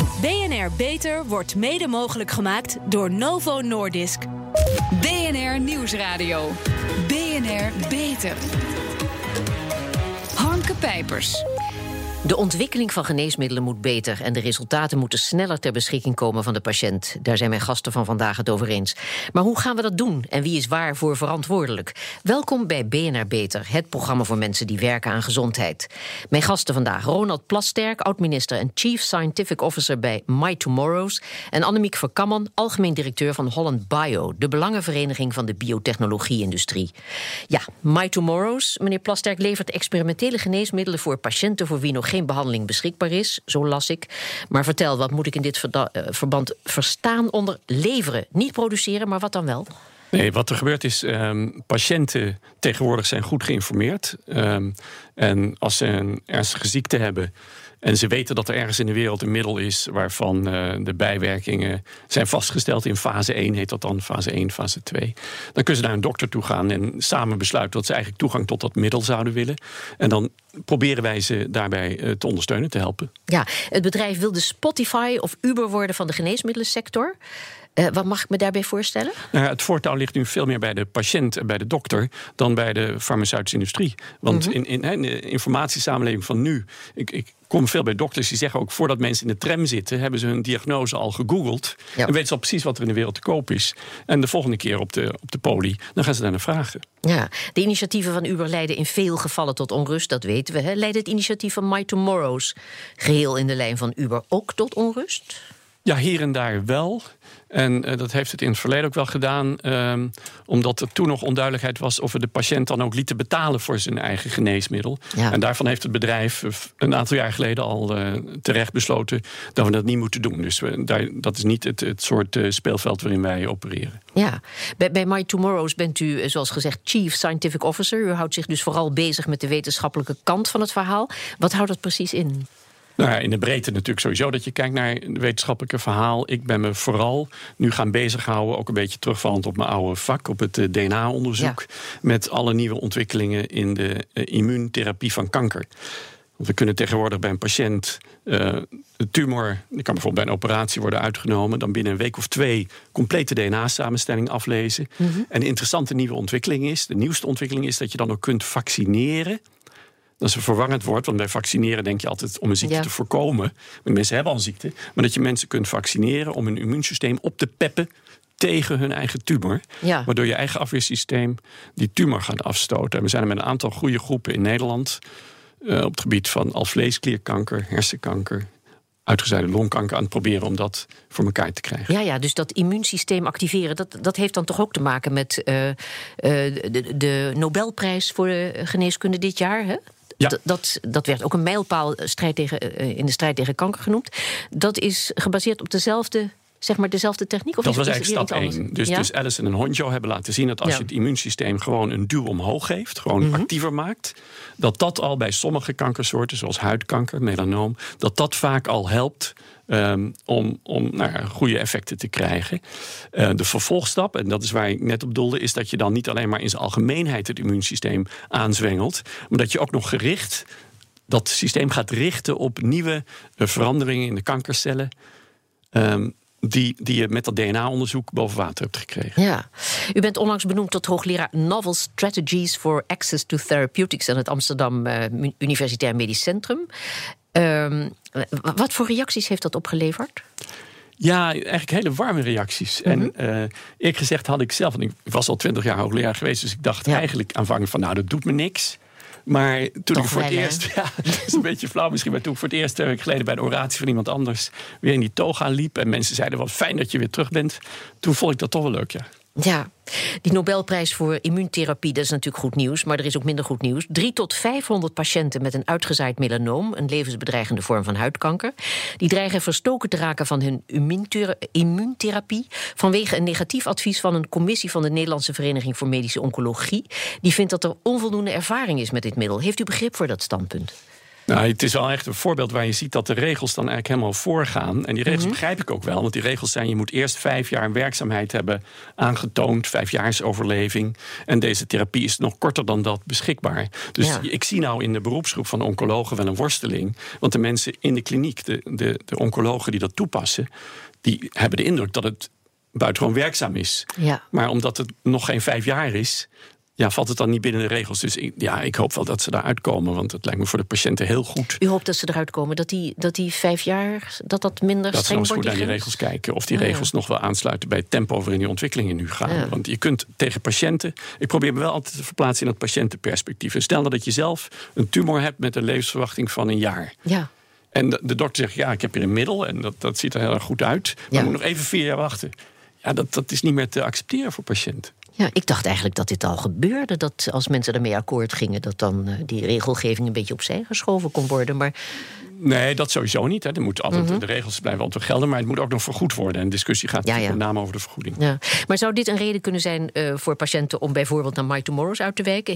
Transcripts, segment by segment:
BNR Beter wordt mede mogelijk gemaakt door Novo Nordisk. BNR Nieuwsradio. BNR Beter. Hanke Pijpers. De ontwikkeling van geneesmiddelen moet beter en de resultaten moeten sneller ter beschikking komen van de patiënt. Daar zijn mijn gasten van vandaag het over eens. Maar hoe gaan we dat doen en wie is waarvoor verantwoordelijk? Welkom bij BNR Beter, het programma voor mensen die werken aan gezondheid. Mijn gasten vandaag: Ronald Plasterk, oud-minister en Chief Scientific Officer bij My Tomorrows, en Annemiek Verkammen, algemeen directeur van Holland Bio, de belangenvereniging van de biotechnologie-industrie. Ja, My Tomorrows, meneer Plasterk, levert experimentele geneesmiddelen voor patiënten voor wie nog geen behandeling beschikbaar is, zo las ik. Maar vertel, wat moet ik in dit verband verstaan onder leveren? Niet produceren, maar wat dan wel? Nee, wat er gebeurt is, patiënten tegenwoordig zijn goed geïnformeerd. En als ze een ernstige ziekte hebben en ze weten dat er ergens in de wereld een middel is waarvan de bijwerkingen zijn vastgesteld in fase 1, heet dat dan, fase 1, fase 2. Dan kunnen ze naar een dokter toe gaan en samen besluiten dat ze eigenlijk toegang tot dat middel zouden willen. En dan proberen wij ze daarbij te ondersteunen, te helpen. Ja, het bedrijf wil de Spotify of Uber worden van de geneesmiddelensector. Wat mag ik me daarbij voorstellen? Nou ja, het voortouw ligt nu veel meer bij de patiënt en bij de dokter dan bij de farmaceutische industrie. Want in de informatiesamenleving van nu, ik kom veel bij dokters die zeggen ook, voordat mensen in de tram zitten, hebben ze hun diagnose al gegoogeld. Ja. En weten ze al precies wat er in de wereld te koop is. En de volgende keer op de poli, dan gaan ze daar naar vragen. Ja, de initiatieven van Uber leiden in veel gevallen tot onrust, dat weten we. Hè? Leidt het initiatief van My Tomorrows, geheel in de lijn van Uber, ook tot onrust? Ja, hier en daar wel. En dat heeft het in het verleden ook wel gedaan, omdat er toen nog onduidelijkheid was of we de patiënt dan ook lieten betalen voor zijn eigen geneesmiddel. Ja. En daarvan heeft het bedrijf een aantal jaar geleden al terecht besloten dat we dat niet moeten doen. Dus dat is niet het soort speelveld waarin wij opereren. Ja, bij My Tomorrows bent u, zoals gezegd, Chief Scientific Officer. U houdt zich dus vooral bezig met de wetenschappelijke kant van het verhaal. Wat houdt dat precies in? Nou ja, in de breedte natuurlijk sowieso dat je kijkt naar het wetenschappelijke verhaal. Ik ben me vooral nu gaan bezighouden, ook een beetje terugvallend op mijn oude vak, op het DNA-onderzoek, met alle nieuwe ontwikkelingen in de immuuntherapie van kanker. Want we kunnen tegenwoordig bij een patiënt de tumor, die kan bijvoorbeeld bij een operatie worden uitgenomen, dan binnen een week of 2 complete DNA-samenstelling aflezen. En de interessante nieuwe ontwikkeling is, de nieuwste ontwikkeling is dat je dan ook kunt vaccineren. Dat is een verwarrend woord, want bij vaccineren denk je altijd om een ziekte te voorkomen. Maar mensen hebben al een ziekte. Maar dat je mensen kunt vaccineren om hun immuunsysteem op te peppen tegen hun eigen tumor. Ja. Waardoor je eigen afweersysteem die tumor gaat afstoten. En we zijn er met een aantal goede groepen in Nederland op het gebied van alvleesklierkanker, hersenkanker, uitgezaaide longkanker aan het proberen om dat voor elkaar te krijgen. Ja, dus dat immuunsysteem activeren, dat heeft dan toch ook te maken met de Nobelprijs voor de geneeskunde dit jaar, hè? Ja. Dat werd ook een mijlpaal in de strijd tegen kanker genoemd. Dat is gebaseerd op dezelfde techniek? Of dat was eigenlijk stap 1. Dus Allison en Honjo hebben laten zien dat als je het immuunsysteem gewoon een duw omhoog geeft, gewoon actiever maakt, dat al bij sommige kankersoorten, zoals huidkanker, melanoom, dat vaak al helpt om goede effecten te krijgen. De vervolgstap, en dat is waar ik net op doelde, is dat je dan niet alleen maar in zijn algemeenheid het immuunsysteem aanzwengelt, maar dat je ook nog dat systeem gaat richten op nieuwe veranderingen in de kankercellen, die je met dat DNA-onderzoek boven water hebt gekregen. Ja. U bent onlangs benoemd tot hoogleraar Novel Strategies for Access to Therapeutics aan het Amsterdam Universitair Medisch Centrum. Wat voor reacties heeft dat opgeleverd? Ja, eigenlijk hele warme reacties. En eerlijk gezegd had ik zelf, want ik was al 20 jaar hoogleraar geweest, dus ik dacht eigenlijk aanvankelijk van, dat doet me niks. Maar toen ik voor het eerst, dat is een beetje flauw misschien, maar toen ik voor het eerst 2 weken geleden bij de oratie van iemand anders weer in die toga liep en mensen zeiden, wat fijn dat je weer terug bent, toen vond ik dat toch wel leuk, ja. Ja, die Nobelprijs voor immuuntherapie, dat is natuurlijk goed nieuws, maar er is ook minder goed nieuws. 300 tot 500 patiënten met een uitgezaaid melanoom, een levensbedreigende vorm van huidkanker, die dreigen verstoken te raken van hun immuuntherapie vanwege een negatief advies van een commissie van de Nederlandse Vereniging voor Medische Oncologie. Die vindt dat er onvoldoende ervaring is met dit middel. Heeft u begrip voor dat standpunt? Nou, het is wel echt een voorbeeld waar je ziet dat de regels dan eigenlijk helemaal voorgaan. En die regels begrijp ik ook wel. Want die regels zijn, je moet eerst 5 jaar werkzaamheid hebben aangetoond. 5-jaarsoverleving. En deze therapie is nog korter dan dat beschikbaar. Dus ik zie nou in de beroepsgroep van de oncologen wel een worsteling. Want de mensen in de kliniek, de oncologen die dat toepassen, die hebben de indruk dat het buitengewoon werkzaam is. Ja. Maar omdat het nog geen 5 jaar is, valt het dan niet binnen de regels. Dus ik hoop wel dat ze daar uitkomen. Want het lijkt me voor de patiënten heel goed. U hoopt dat ze eruit komen? Dat die 5 jaar, dat minder streng wordt? Dat ze goed naar die regels kijken. Of die regels nog wel aansluiten bij het tempo waarin die ontwikkelingen nu gaan. Ja. Want je kunt tegen patiënten, ik probeer me wel altijd te verplaatsen in dat patiëntenperspectief. En stel dat je zelf een tumor hebt met een levensverwachting van 1 jaar. Ja. En de dokter zegt, ik heb hier een middel en dat ziet er heel erg goed uit. Maar ik moet nog even 4 jaar wachten. Ja, dat is niet meer te accepteren voor patiënten. Ja, ik dacht eigenlijk dat dit al gebeurde. Dat als mensen ermee akkoord gingen, dat dan die regelgeving een beetje opzij geschoven kon worden. Maar nee, dat sowieso niet. Hè. Er moet altijd, de regels blijven altijd gelden, maar het moet ook nog vergoed worden. En de discussie gaat met name over de vergoeding. Ja. Maar zou dit een reden kunnen zijn voor patiënten om bijvoorbeeld naar My Tomorrow's uit te wijken?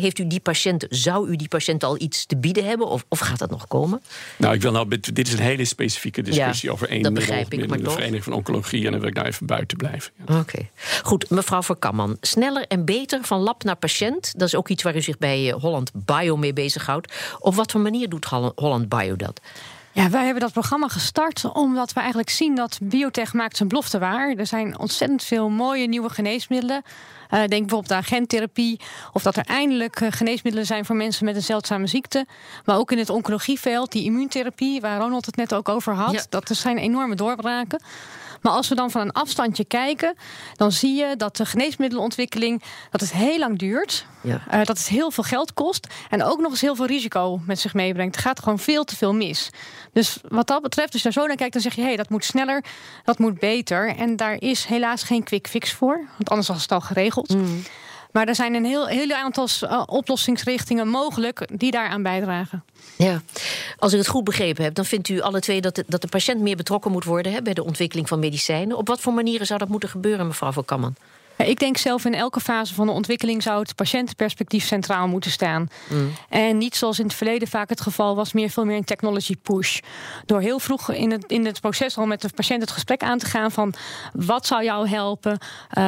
Zou u die patiënt al iets te bieden hebben? Of gaat dat nog komen? Nou, dit is een hele specifieke discussie over één middel binnen de Vereniging van Oncologie. En dan wil ik daar even buiten blijven. Ja. Oké. Goed, mevrouw Verkamman. Sneller en beter van lab naar patiënt. Dat is ook iets waar u zich bij Holland Bio mee bezighoudt. Op wat voor manier doet Holland Bio dat? Ja, wij hebben dat programma gestart omdat we eigenlijk zien dat biotech maakt zijn belofte waar. Er zijn ontzettend veel mooie nieuwe geneesmiddelen. Denk bijvoorbeeld aan gentherapie. Of dat er eindelijk geneesmiddelen zijn voor mensen met een zeldzame ziekte. Maar ook in het oncologieveld, die immuuntherapie, waar Ronald het net ook over had. Ja. Dat zijn enorme doorbraken. Maar als we dan van een afstandje kijken, dan zie je dat de geneesmiddelenontwikkeling, dat het heel lang duurt. Ja. Dat het heel veel geld kost. En ook nog eens heel veel risico met zich meebrengt. Er gaat gewoon veel te veel mis. Dus wat dat betreft, als je daar zo naar kijkt, dan zeg je, dat moet sneller, dat moet beter. En daar is helaas geen quick fix voor. Want anders was het al geregeld. Maar er zijn een heel aantal oplossingsrichtingen mogelijk die daaraan bijdragen. Ja, als ik het goed begrepen heb, dan vindt u alle twee dat de patiënt meer betrokken moet worden bij de ontwikkeling van medicijnen. Op wat voor manieren zou dat moeten gebeuren, mevrouw Verkamman? Ik denk zelf in elke fase van de ontwikkeling zou het patiëntenperspectief centraal moeten staan. En niet zoals in het verleden vaak het geval was, veel meer een technology push. Door heel vroeg in het proces al met de patiënt het gesprek aan te gaan van wat zou jou helpen?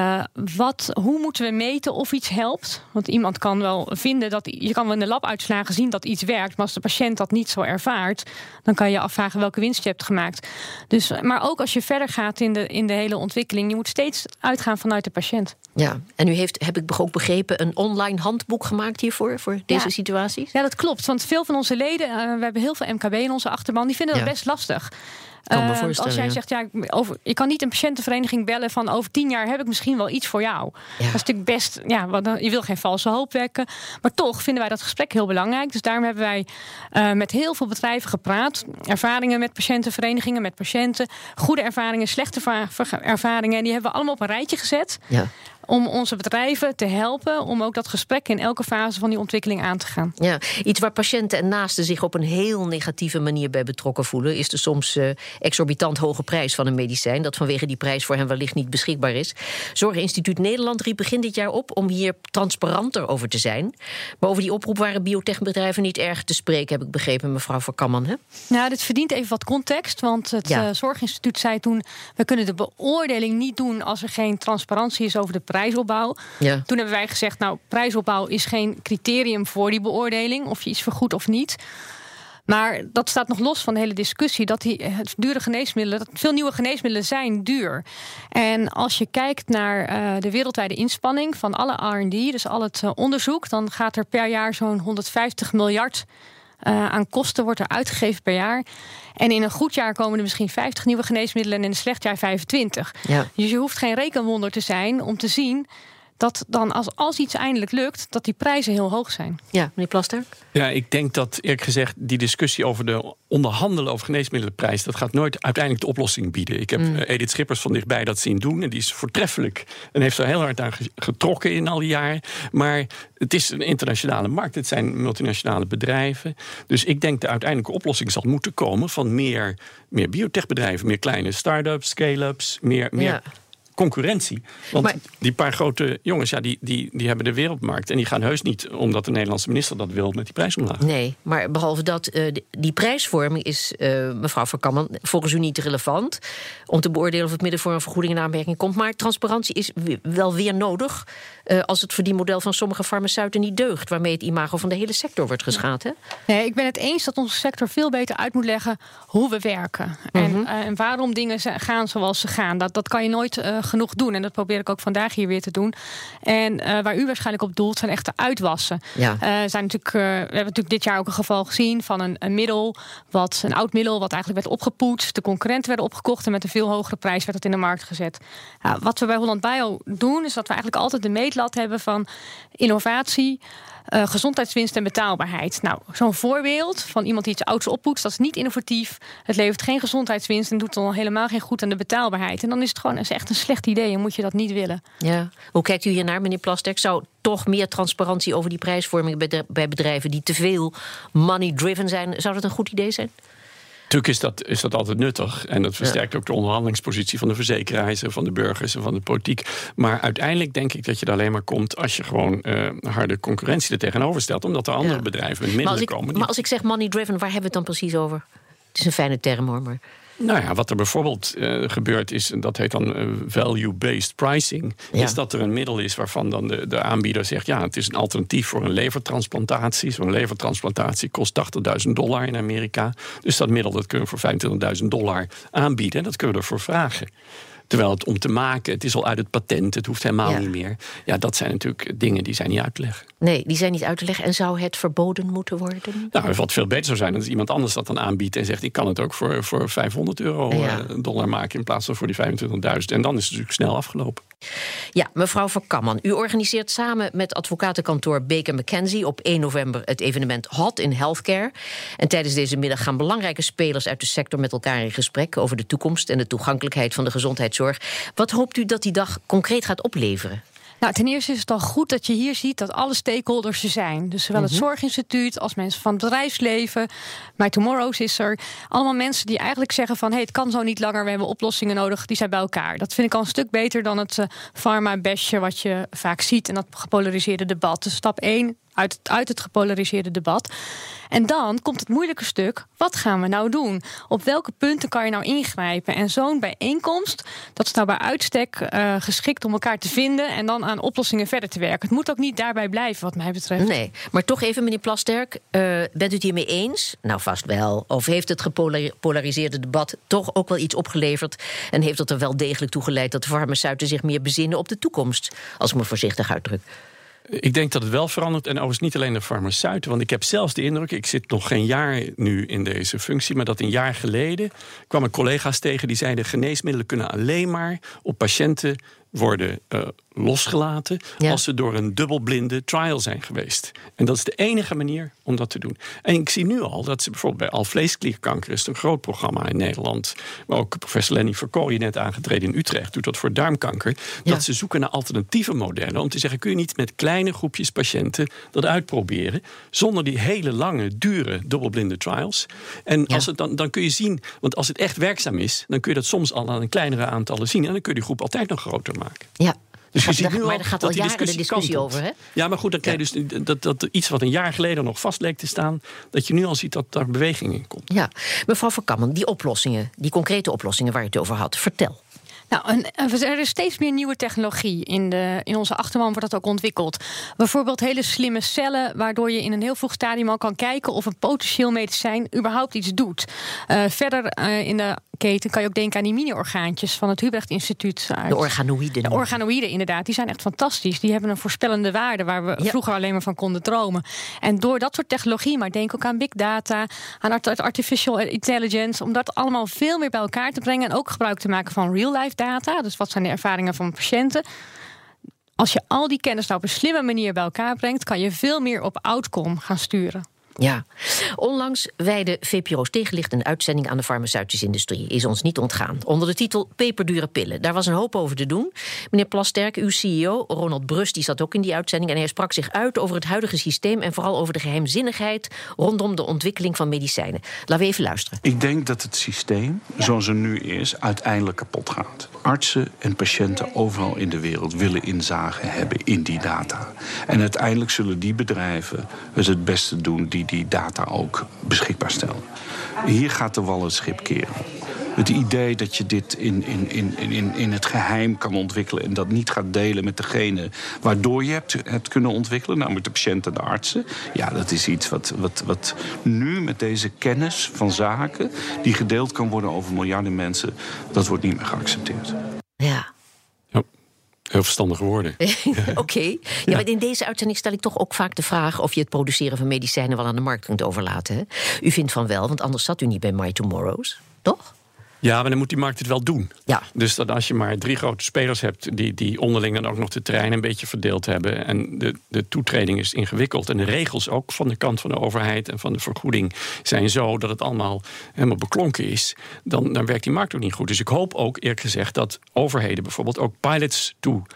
Hoe moeten we meten of iets helpt? Want iemand kan wel vinden dat je kan wel in de labuitslagen zien dat iets werkt, maar als de patiënt dat niet zo ervaart, dan kan je afvragen welke winst je hebt gemaakt. Dus, maar ook als je verder gaat in de hele ontwikkeling, je moet steeds uitgaan vanuit de patiënt. Ja, en u heeft, heb ik ook begrepen, een online handboek gemaakt hiervoor, voor deze situaties? Ja, dat klopt. Want veel van onze leden, we hebben heel veel MKB in onze achterban, die vinden dat best lastig. Als jij zegt, je kan niet een patiëntenvereniging bellen van over 10 jaar heb ik misschien wel iets voor jou. Ja. Dat is natuurlijk best, je wil geen valse hoop wekken. Maar toch vinden wij dat gesprek heel belangrijk. Dus daarom hebben wij met heel veel bedrijven gepraat. Ervaringen met patiëntenverenigingen, met patiënten. Goede ervaringen, slechte ervaringen. En die hebben we allemaal op een rijtje gezet. Ja. Om onze bedrijven te helpen om ook dat gesprek in elke fase van die ontwikkeling aan te gaan. Ja, iets waar patiënten en naasten zich op een heel negatieve manier bij betrokken voelen, is de soms exorbitant hoge prijs van een medicijn, dat vanwege die prijs voor hen wellicht niet beschikbaar is. Zorginstituut Nederland riep begin dit jaar op om hier transparanter over te zijn. Maar over die oproep waren biotechbedrijven niet erg te spreken, heb ik begrepen, mevrouw Verkamman. Hè? Nou, dit verdient even wat context, want het Zorginstituut zei toen, we kunnen de beoordeling niet doen als er geen transparantie is over de prijsopbouw. Ja. Toen hebben wij gezegd, prijsopbouw is geen criterium voor die beoordeling, of je iets vergoedt of niet. Maar dat staat nog los van de hele discussie, dat dure geneesmiddelen, dat veel nieuwe geneesmiddelen zijn duur. En als je kijkt naar de wereldwijde inspanning van alle R&D, dus al het onderzoek, dan gaat er per jaar zo'n 150 miljard aan kosten wordt er uitgegeven per jaar. En in een goed jaar komen er misschien 50 nieuwe geneesmiddelen en in een slecht jaar 25. Ja. Dus je hoeft geen rekenwonder te zijn om te zien dat dan als iets eindelijk lukt, dat die prijzen heel hoog zijn. Ja, meneer Plasterk? Ja, ik denk dat, eerlijk gezegd, die discussie over de onderhandelen over geneesmiddelenprijs, dat gaat nooit uiteindelijk de oplossing bieden. Ik heb Edith Schippers van dichtbij dat zien doen en die is voortreffelijk en heeft er heel hard aan getrokken in al die jaren. Maar het is een internationale markt, het zijn multinationale bedrijven. Dus ik denk de uiteindelijke oplossing zal moeten komen van meer biotechbedrijven, meer kleine start-ups, scale-ups, meer concurrentie. Want die paar grote jongens, die hebben de wereldmarkt. En die gaan heus niet, omdat de Nederlandse minister dat wil, met die prijs omlaag. Nee, maar behalve dat, die prijsvorming is, mevrouw Van Kammen, volgens u niet relevant om te beoordelen of het midden voor een vergoeding in aanmerking komt. Maar transparantie is wel weer nodig als het verdienmodel van sommige farmaceuten niet deugt, waarmee het imago van de hele sector wordt geschaad. Hè? Nee, ik ben het eens dat onze sector veel beter uit moet leggen hoe we werken. En waarom dingen gaan zoals ze gaan. Dat kan je nooit genoeg doen. En dat probeer ik ook vandaag hier weer te doen. En waar u waarschijnlijk op doelt, zijn echte uitwassen. Ja. We hebben natuurlijk dit jaar ook een geval gezien van een middel, een oud middel, wat eigenlijk werd opgepoetst. De concurrenten werden opgekocht en met een veel hogere prijs werd het in de markt gezet. Wat we bij Holland Bio doen, is dat we eigenlijk altijd de meetlat hebben van innovatie, gezondheidswinst en betaalbaarheid. Nou, zo'n voorbeeld van iemand die iets ouds oppoetst, dat is niet innovatief. Het levert geen gezondheidswinst en doet dan helemaal geen goed aan de betaalbaarheid. En dan is het gewoon echt een slecht idee en moet je dat niet willen. Ja. Hoe kijkt u hiernaar, meneer Plasterk? Zou toch meer transparantie over die prijsvorming bij bedrijven die te veel money-driven zijn, zou dat een goed idee zijn? Natuurlijk is dat altijd nuttig. En dat versterkt ook de onderhandelingspositie van de verzekeraars, van de burgers en van de politiek. Maar uiteindelijk denk ik dat je er alleen maar komt als je gewoon harde concurrentie er tegenover stelt. Omdat er andere bedrijven met middelen komen. Maar als ik zeg money-driven, waar hebben we het dan precies over? Het is een fijne term hoor, maar... Nou ja, wat er bijvoorbeeld gebeurt is, en dat heet dan value-based pricing, is dat er een middel is waarvan dan de aanbieder zegt, ja, het is een alternatief voor een levertransplantatie. Zo'n levertransplantatie kost $80.000 in Amerika. Dus dat middel dat kunnen we voor $25.000 aanbieden en dat kunnen we ervoor vragen. Terwijl het om te maken, het is al uit het patent, het hoeft helemaal niet meer. Ja, dat zijn natuurlijk dingen die zijn niet uit te leggen. Nee, die zijn niet uit te leggen. En zou het verboden moeten worden? Nou, wat veel beter zou zijn als iemand anders dat dan aanbiedt en zegt, ik kan het ook voor $500 maken in plaats van voor die 25.000. En dan is het natuurlijk snel afgelopen. Ja, mevrouw Van Kammen, u organiseert samen met advocatenkantoor Baker McKenzie op 1 november het evenement Hot in Healthcare. En tijdens deze middag gaan belangrijke spelers uit de sector met elkaar in gesprek over de toekomst en de toegankelijkheid van de gezondheidszorg. Wat hoopt u dat die dag concreet gaat opleveren? Nou, ten eerste is het al goed dat je hier ziet dat alle stakeholders er zijn. Dus zowel het Zorginstituut als mensen van het bedrijfsleven. My Tomorrows is er. Allemaal mensen die eigenlijk zeggen van, het kan zo niet langer, we hebben oplossingen nodig, die zijn bij elkaar. Dat vind ik al een stuk beter dan het pharma-basje wat je vaak ziet in dat gepolariseerde debat. Dus stap 1 uit het gepolariseerde debat. En dan komt het moeilijke stuk, wat gaan we nou doen? Op welke punten kan je nou ingrijpen? En zo'n bijeenkomst, dat is nou bij uitstek geschikt om elkaar te vinden en dan aan oplossingen verder te werken. Het moet ook niet daarbij blijven, wat mij betreft. Nee, maar toch even, meneer Plasterk, bent u het hiermee eens? Nou, vast wel. Of heeft het gepolariseerde debat toch ook wel iets opgeleverd? En heeft het er wel degelijk toe geleid dat de farmaceuten zich meer bezinnen op de toekomst? Als ik me voorzichtig uitdruk. Ik denk dat het wel verandert. En overigens niet alleen de farmaceuten. Want ik heb zelfs de indruk, ik zit nog geen jaar nu in deze functie, maar dat een jaar geleden kwamen collega's tegen die zeiden, geneesmiddelen kunnen alleen maar op patiënten worden losgelaten als ze door een dubbelblinde trial zijn geweest. En dat is de enige manier om dat te doen. En ik zie nu al dat ze bijvoorbeeld bij alvleesklierkanker, is een groot programma in Nederland, maar ook professor Lenny Verkooyen, net aangetreden in Utrecht, doet dat voor darmkanker, dat ze zoeken naar alternatieve modellen om te zeggen, kun je niet met kleine groepjes patiënten dat uitproberen, zonder die hele lange, dure dubbelblinde trials. En als het dan kun je zien, want als het echt werkzaam is, dan kun je dat soms al aan een kleinere aantallen zien en dan kun je die groep altijd nog groter maken. Ja. Dus je ziet nu maar er gaat al jaren de discussie over, hè? Ja, maar goed, dan krijg je dus dat iets wat een jaar geleden nog vast leek te staan, dat je nu al ziet dat daar beweging in komt. Ja, mevrouw Van Kammen, die oplossingen, die concrete oplossingen waar je het over had, vertel. Nou, er is steeds meer nieuwe technologie. In onze achterban wordt dat ook ontwikkeld. Bijvoorbeeld hele slimme cellen, waardoor je in een heel vroeg stadium al kan kijken of een potentieel medicijn überhaupt iets doet. Verder in de keten kan je ook denken aan die mini-orgaantjes van het Hubrecht Instituut. De organoïden. De organoïden, inderdaad. Die zijn echt fantastisch. Die hebben een voorspellende waarde waar we vroeger alleen maar van konden dromen. En door dat soort technologie, maar denk ook aan big data, aan artificial intelligence, om dat allemaal veel meer bij elkaar te brengen en ook gebruik te maken van real-life data. Dus wat zijn de ervaringen van patiënten? Als je al die kennis nou op een slimme manier bij elkaar brengt, kan je veel meer op outcome gaan sturen. Ja, onlangs wijde VPRO's Tegenlicht een uitzending aan de farmaceutische industrie. Is ons niet ontgaan. Onder de titel Peperdure pillen. Daar was een hoop over te doen. Meneer Plasterk, uw CEO, Ronald Brust, die zat ook in die uitzending. En hij sprak zich uit over het huidige systeem en vooral over de geheimzinnigheid rondom de ontwikkeling van medicijnen. Laten we even luisteren. Ik denk dat het systeem, zoals het nu is, uiteindelijk kapot gaat. artsen en patiënten overal in de wereld willen inzage hebben in die data. En uiteindelijk zullen die bedrijven het beste doen die data ook beschikbaar stellen. Hier gaat de wal het schip keren. Het idee dat je dit in het geheim kan ontwikkelen en dat niet gaat delen met degene waardoor je hebt kunnen ontwikkelen, namelijk de patiënt en de artsen. Ja, dat is iets wat nu met deze kennis van zaken, die gedeeld kan worden over miljarden mensen, dat wordt niet meer geaccepteerd. Ja. Heel verstandige woorden. Oké. Ja, maar in deze uitzending stel ik toch ook vaak de vraag of je het produceren van medicijnen wel aan de markt kunt overlaten. Hè? U vindt van wel, want anders zat u niet bij My Tomorrow's, toch? Ja, maar dan moet die markt het wel doen. Ja. Dus dat als je maar 3 grote spelers hebt die onderling dan ook nog de terrein een beetje verdeeld hebben en de toetreding is ingewikkeld en de regels ook van de kant van de overheid en van de vergoeding zijn zo dat het allemaal helemaal beklonken is, dan werkt die markt ook niet goed. Dus ik hoop ook eerlijk gezegd dat overheden bijvoorbeeld ook pilots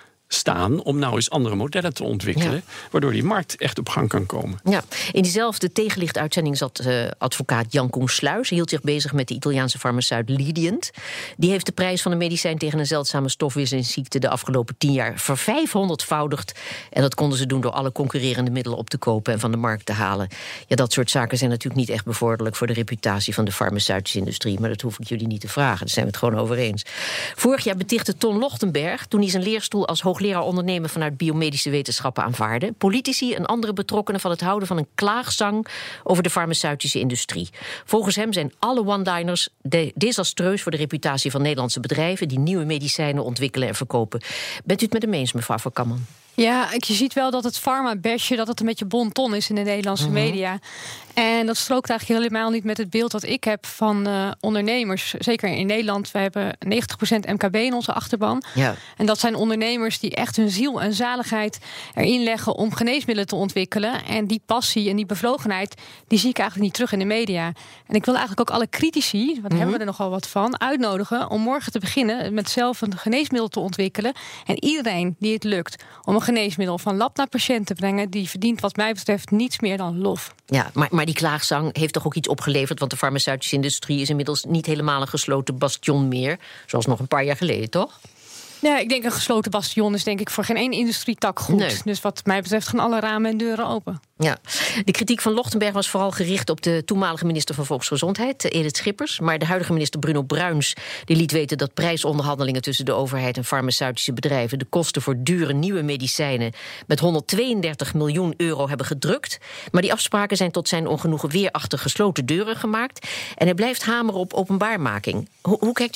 staan om nou eens andere modellen te ontwikkelen, waardoor die markt echt op gang kan komen. Ja, in diezelfde tegenlichtuitzending zat advocaat Jan Koen Sluis. Hij hield zich bezig met de Italiaanse farmaceut Lidient. Die heeft de prijs van een medicijn tegen een zeldzame stofwisselingsziekte de afgelopen 10 jaar ver500-voudigd. En dat konden ze doen door alle concurrerende middelen op te kopen en van de markt te halen. Ja, dat soort zaken zijn natuurlijk niet echt bevorderlijk voor de reputatie van de farmaceutische industrie, maar dat hoef ik jullie niet te vragen. Daar zijn we het gewoon over eens. Vorig jaar betichtte Ton Lochtenberg, toen hij zijn leerstoel als hoogleraar ondernemen vanuit biomedische wetenschappen aanvaarden, politici en andere betrokkenen van het houden van een klaagzang over de farmaceutische industrie. Volgens hem zijn alle one-liners desastreus voor de reputatie van Nederlandse bedrijven die nieuwe medicijnen ontwikkelen en verkopen. Bent u het met hem eens, mevrouw Van Kammen? Ja, je ziet wel dat het pharma-basje dat het een beetje bon ton is in de Nederlandse media. En dat strookt eigenlijk helemaal niet met het beeld dat ik heb van ondernemers. Zeker in Nederland, we hebben 90% MKB in onze achterban. Ja. En dat zijn ondernemers die echt hun ziel en zaligheid erin leggen om geneesmiddelen te ontwikkelen. En die passie en die bevlogenheid, die zie ik eigenlijk niet terug in de media. En ik wil eigenlijk ook alle critici, want daar hebben we er nogal wat van, uitnodigen om morgen te beginnen met zelf een geneesmiddel te ontwikkelen. En iedereen die het lukt om een geneesmiddel van lab naar patiënt te brengen, die verdient wat mij betreft niets meer dan lof. Ja, maar die klaagzang heeft toch ook iets opgeleverd, want de farmaceutische industrie is inmiddels niet helemaal een gesloten bastion meer, zoals nog een paar jaar geleden, toch? Ja, ik denk een gesloten bastion is denk ik voor geen één industrietak goed. Nee. Dus wat mij betreft gaan alle ramen en deuren open. Ja, de kritiek van Lochtenberg was vooral gericht op de toenmalige minister van Volksgezondheid, Edith Schippers. Maar de huidige minister Bruno Bruins die liet weten dat prijsonderhandelingen tussen de overheid en farmaceutische bedrijven de kosten voor dure nieuwe medicijnen met 132 miljoen euro hebben gedrukt. Maar die afspraken zijn tot zijn ongenoegen weer achter gesloten deuren gemaakt. En hij blijft hameren op openbaarmaking. Hoe kijkt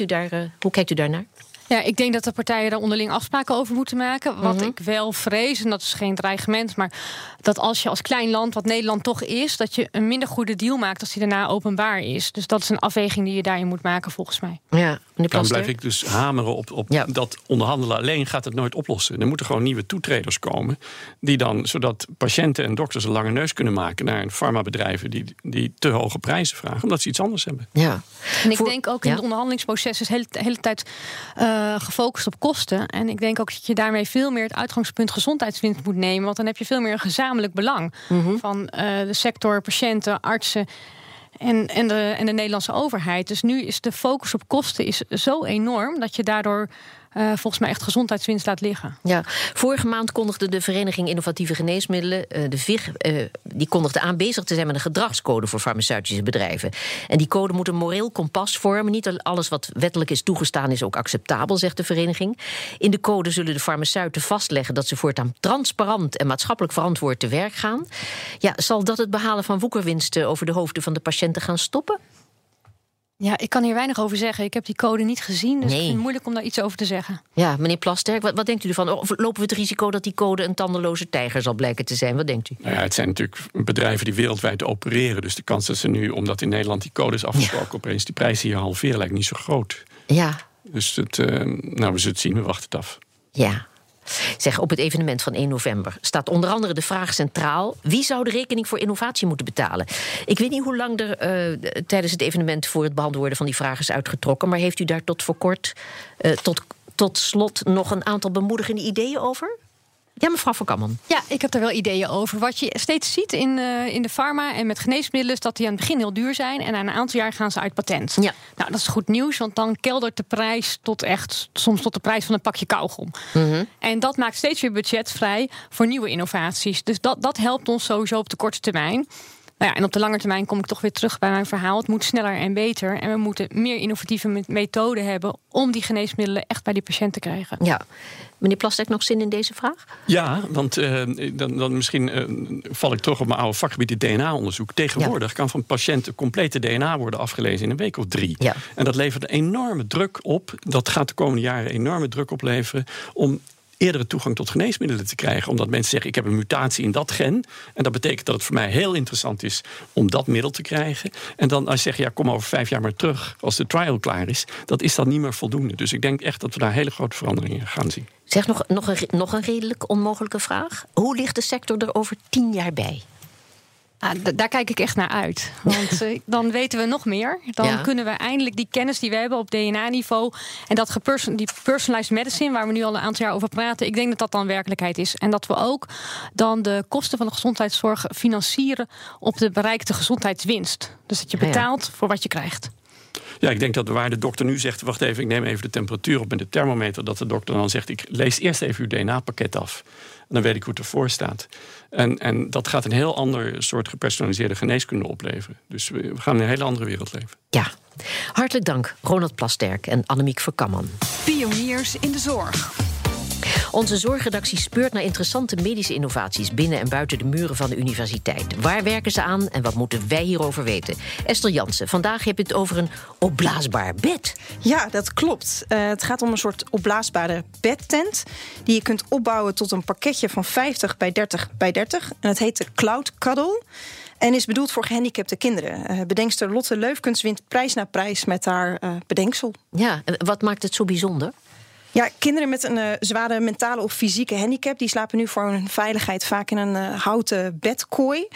u daarnaar? Ja, ik denk dat de partijen daar onderling afspraken over moeten maken. Wat ik wel vrees, en dat is geen dreigement, maar dat als je als klein land, wat Nederland toch is, dat je een minder goede deal maakt als die daarna openbaar is. Dus dat is een afweging die je daarin moet maken, volgens mij. Ja, dan blijf ik dus hameren op dat onderhandelen alleen gaat het nooit oplossen. Er moeten gewoon nieuwe toetreders komen, die dan, zodat patiënten en dokters een lange neus kunnen maken naar een farmabedrijven die te hoge prijzen vragen, omdat ze iets anders hebben. Ja. En ik denk ook in het onderhandelingsproces is de hele tijd gefocust op kosten. En ik denk ook dat je daarmee veel meer het uitgangspunt gezondheidswinst moet nemen. Want dan heb je veel meer een gezamenlijk belang van de sector, patiënten, artsen en de Nederlandse overheid. Dus nu is de focus op kosten is zo enorm dat je daardoor volgens mij echt gezondheidswinst laat liggen. Ja, vorige maand kondigde de Vereniging Innovatieve Geneesmiddelen, de VIG, die kondigde aan bezig te zijn met een gedragscode voor farmaceutische bedrijven. En die code moet een moreel kompas vormen. Niet alles wat wettelijk is toegestaan is ook acceptabel, zegt de vereniging. In de code zullen de farmaceuten vastleggen dat ze voortaan transparant en maatschappelijk verantwoord te werk gaan. Ja, zal dat het behalen van woekerwinsten over de hoofden van de patiënten gaan stoppen? Ja, ik kan hier weinig over zeggen. Ik heb die code niet gezien, dus ik vind het moeilijk om daar iets over te zeggen. Ja, meneer Plasterk, wat denkt u ervan? Of lopen we het risico dat die code een tandeloze tijger zal blijken te zijn? Wat denkt u? Nou ja, het zijn natuurlijk bedrijven die wereldwijd opereren. Dus de kans dat ze nu, omdat in Nederland die code is afgesproken, opeens die prijzen hier halveren lijkt niet zo groot. Ja. Dus we zullen het zien, we wachten het af. Ja. Zeg, op het evenement van 1 november staat onder andere de vraag centraal: wie zou de rekening voor innovatie moeten betalen? Ik weet niet hoe lang er tijdens het evenement voor het beantwoorden van die vraag is uitgetrokken, maar heeft u daar tot voor kort tot slot nog een aantal bemoedigende ideeën over? Ja, mevrouw Van Kammen. Ja, ik heb daar wel ideeën over. Wat je steeds ziet in de farma en met geneesmiddelen is dat die aan het begin heel duur zijn en na een aantal jaar gaan ze uit patent. Ja. Nou, dat is goed nieuws, want dan keldert de prijs soms tot de prijs van een pakje kauwgom. Mm-hmm. En dat maakt steeds weer budget vrij voor nieuwe innovaties. Dus dat helpt ons sowieso op de korte termijn. Nou ja, en op de lange termijn kom ik toch weer terug bij mijn verhaal. Het moet sneller en beter. En we moeten meer innovatieve methoden hebben om die geneesmiddelen echt bij die patiënt te krijgen. Ja. Meneer Plasterk, nog zin in deze vraag? Ja, want dan misschien val ik terug op mijn oude vakgebied, het DNA-onderzoek. Tegenwoordig kan van patiënten complete DNA worden afgelezen in een week of 3. Ja. En dat levert een enorme druk op. Dat gaat de komende jaren enorme druk opleveren om eerdere toegang tot geneesmiddelen te krijgen. Omdat mensen zeggen, ik heb een mutatie in dat gen. En dat betekent dat het voor mij heel interessant is om dat middel te krijgen. En dan als je zegt, ja, kom over 5 jaar maar terug als de trial klaar is. Dat is dan niet meer voldoende. Dus ik denk echt dat we daar hele grote veranderingen gaan zien. Zeg nog een redelijk onmogelijke vraag. Hoe ligt de sector er over 10 jaar bij? Daar kijk ik echt naar uit. Want dan weten we nog meer. Dan kunnen we eindelijk die kennis die we hebben op DNA-niveau en die personalized medicine, waar we nu al een aantal jaar over praten, ik denk dat dat dan werkelijkheid is. En dat we ook dan de kosten van de gezondheidszorg financieren op de bereikte gezondheidswinst. Dus dat je betaalt voor wat je krijgt. Ja, ik denk dat waar de dokter nu zegt, wacht even, ik neem even de temperatuur op met de thermometer, dat de dokter dan zegt, ik lees eerst even uw DNA-pakket af. En dan weet ik hoe het ervoor staat. En dat gaat een heel ander soort gepersonaliseerde geneeskunde opleveren. Dus we gaan in een hele andere wereld leven. Ja, hartelijk dank Ronald Plasterk en Annemiek Verkammen. Pioniers in de zorg. Onze zorgredactie speurt naar interessante medische innovaties binnen en buiten de muren van de universiteit. Waar werken ze aan en wat moeten wij hierover weten? Esther Jansen, vandaag heb je het over een opblaasbaar bed. Ja, dat klopt. Het gaat om een soort opblaasbare bedtent die je kunt opbouwen tot een pakketje van 50 bij 30 bij 30. En het heet de Cloud Cuddle. En is bedoeld voor gehandicapte kinderen. Bedenkster Lotte Leufkens wint prijs na prijs met haar bedenksel. Ja, en wat maakt het zo bijzonder? Ja, kinderen met een zware mentale of fysieke handicap, die slapen nu voor hun veiligheid vaak in een houten bedkooi.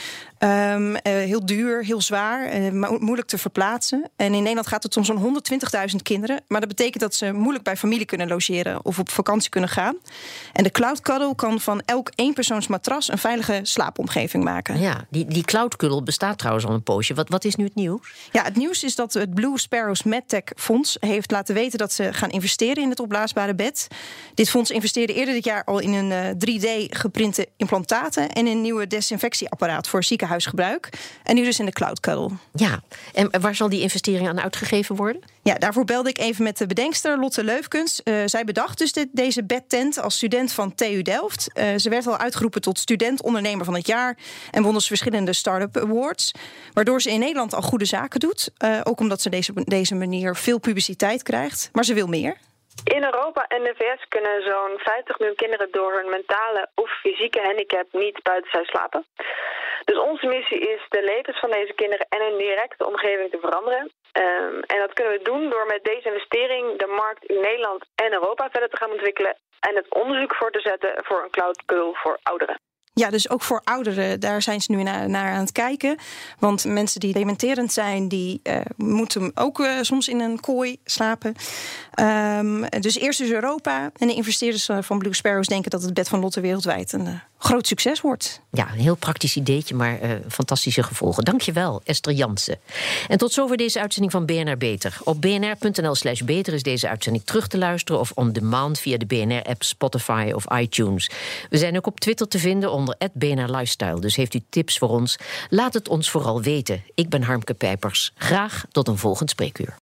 Heel duur, heel zwaar, moeilijk te verplaatsen. En in Nederland gaat het om zo'n 120.000 kinderen. Maar dat betekent dat ze moeilijk bij familie kunnen logeren of op vakantie kunnen gaan. En de Cloud Cuddle kan van elk eenpersoonsmatras een veilige slaapomgeving maken. Ja, die Cloud Cuddle bestaat trouwens al een poosje. Wat is nu het nieuws? Ja, het nieuws is dat het Blue Sparrows MedTech Fonds heeft laten weten dat ze gaan investeren in het opblaasbare bed. Dit fonds investeerde eerder dit jaar al in een 3D-geprinte implantaten en een nieuwe desinfectieapparaat voor ziekenhuisgebruik. En nu dus in de Cloud Cuddle. Ja, en waar zal die investering aan uitgegeven worden? Ja, daarvoor belde ik even met de bedenkster Lotte Leufkens. Zij bedacht dus deze bedtent als student van TU Delft. Ze werd al uitgeroepen tot student-ondernemer van het jaar en won dus verschillende start-up awards, waardoor ze in Nederland al goede zaken doet. Ook omdat ze deze manier veel publiciteit krijgt. Maar ze wil meer. In Europa en de VS kunnen zo'n 50 miljoen kinderen door hun mentale of fysieke handicap niet buitenshuis slapen. Dus onze missie is de levens van deze kinderen en hun directe omgeving te veranderen. En dat kunnen we doen door met deze investering de markt in Nederland en Europa verder te gaan ontwikkelen en het onderzoek voor te zetten voor een Cloud Cuddle voor ouderen. Ja, dus ook voor ouderen, daar zijn ze nu naar aan het kijken. Want mensen die dementerend zijn, die moeten ook soms in een kooi slapen. Dus eerst is Europa. En de investeerders van Blue Sparrows denken dat het bed van Lotte wereldwijd een groot succes wordt. Ja, een heel praktisch ideetje, maar fantastische gevolgen. Dankjewel, Esther Jansen. En tot zover deze uitzending van BNR Beter. Op bnr.nl/beter is deze uitzending terug te luisteren of on demand via de BNR-app, Spotify of iTunes. We zijn ook op Twitter te vinden onder @BNR Lifestyle. Dus heeft u tips voor ons? Laat het ons vooral weten. Ik ben Harmke Pijpers. Graag tot een volgend spreekuur.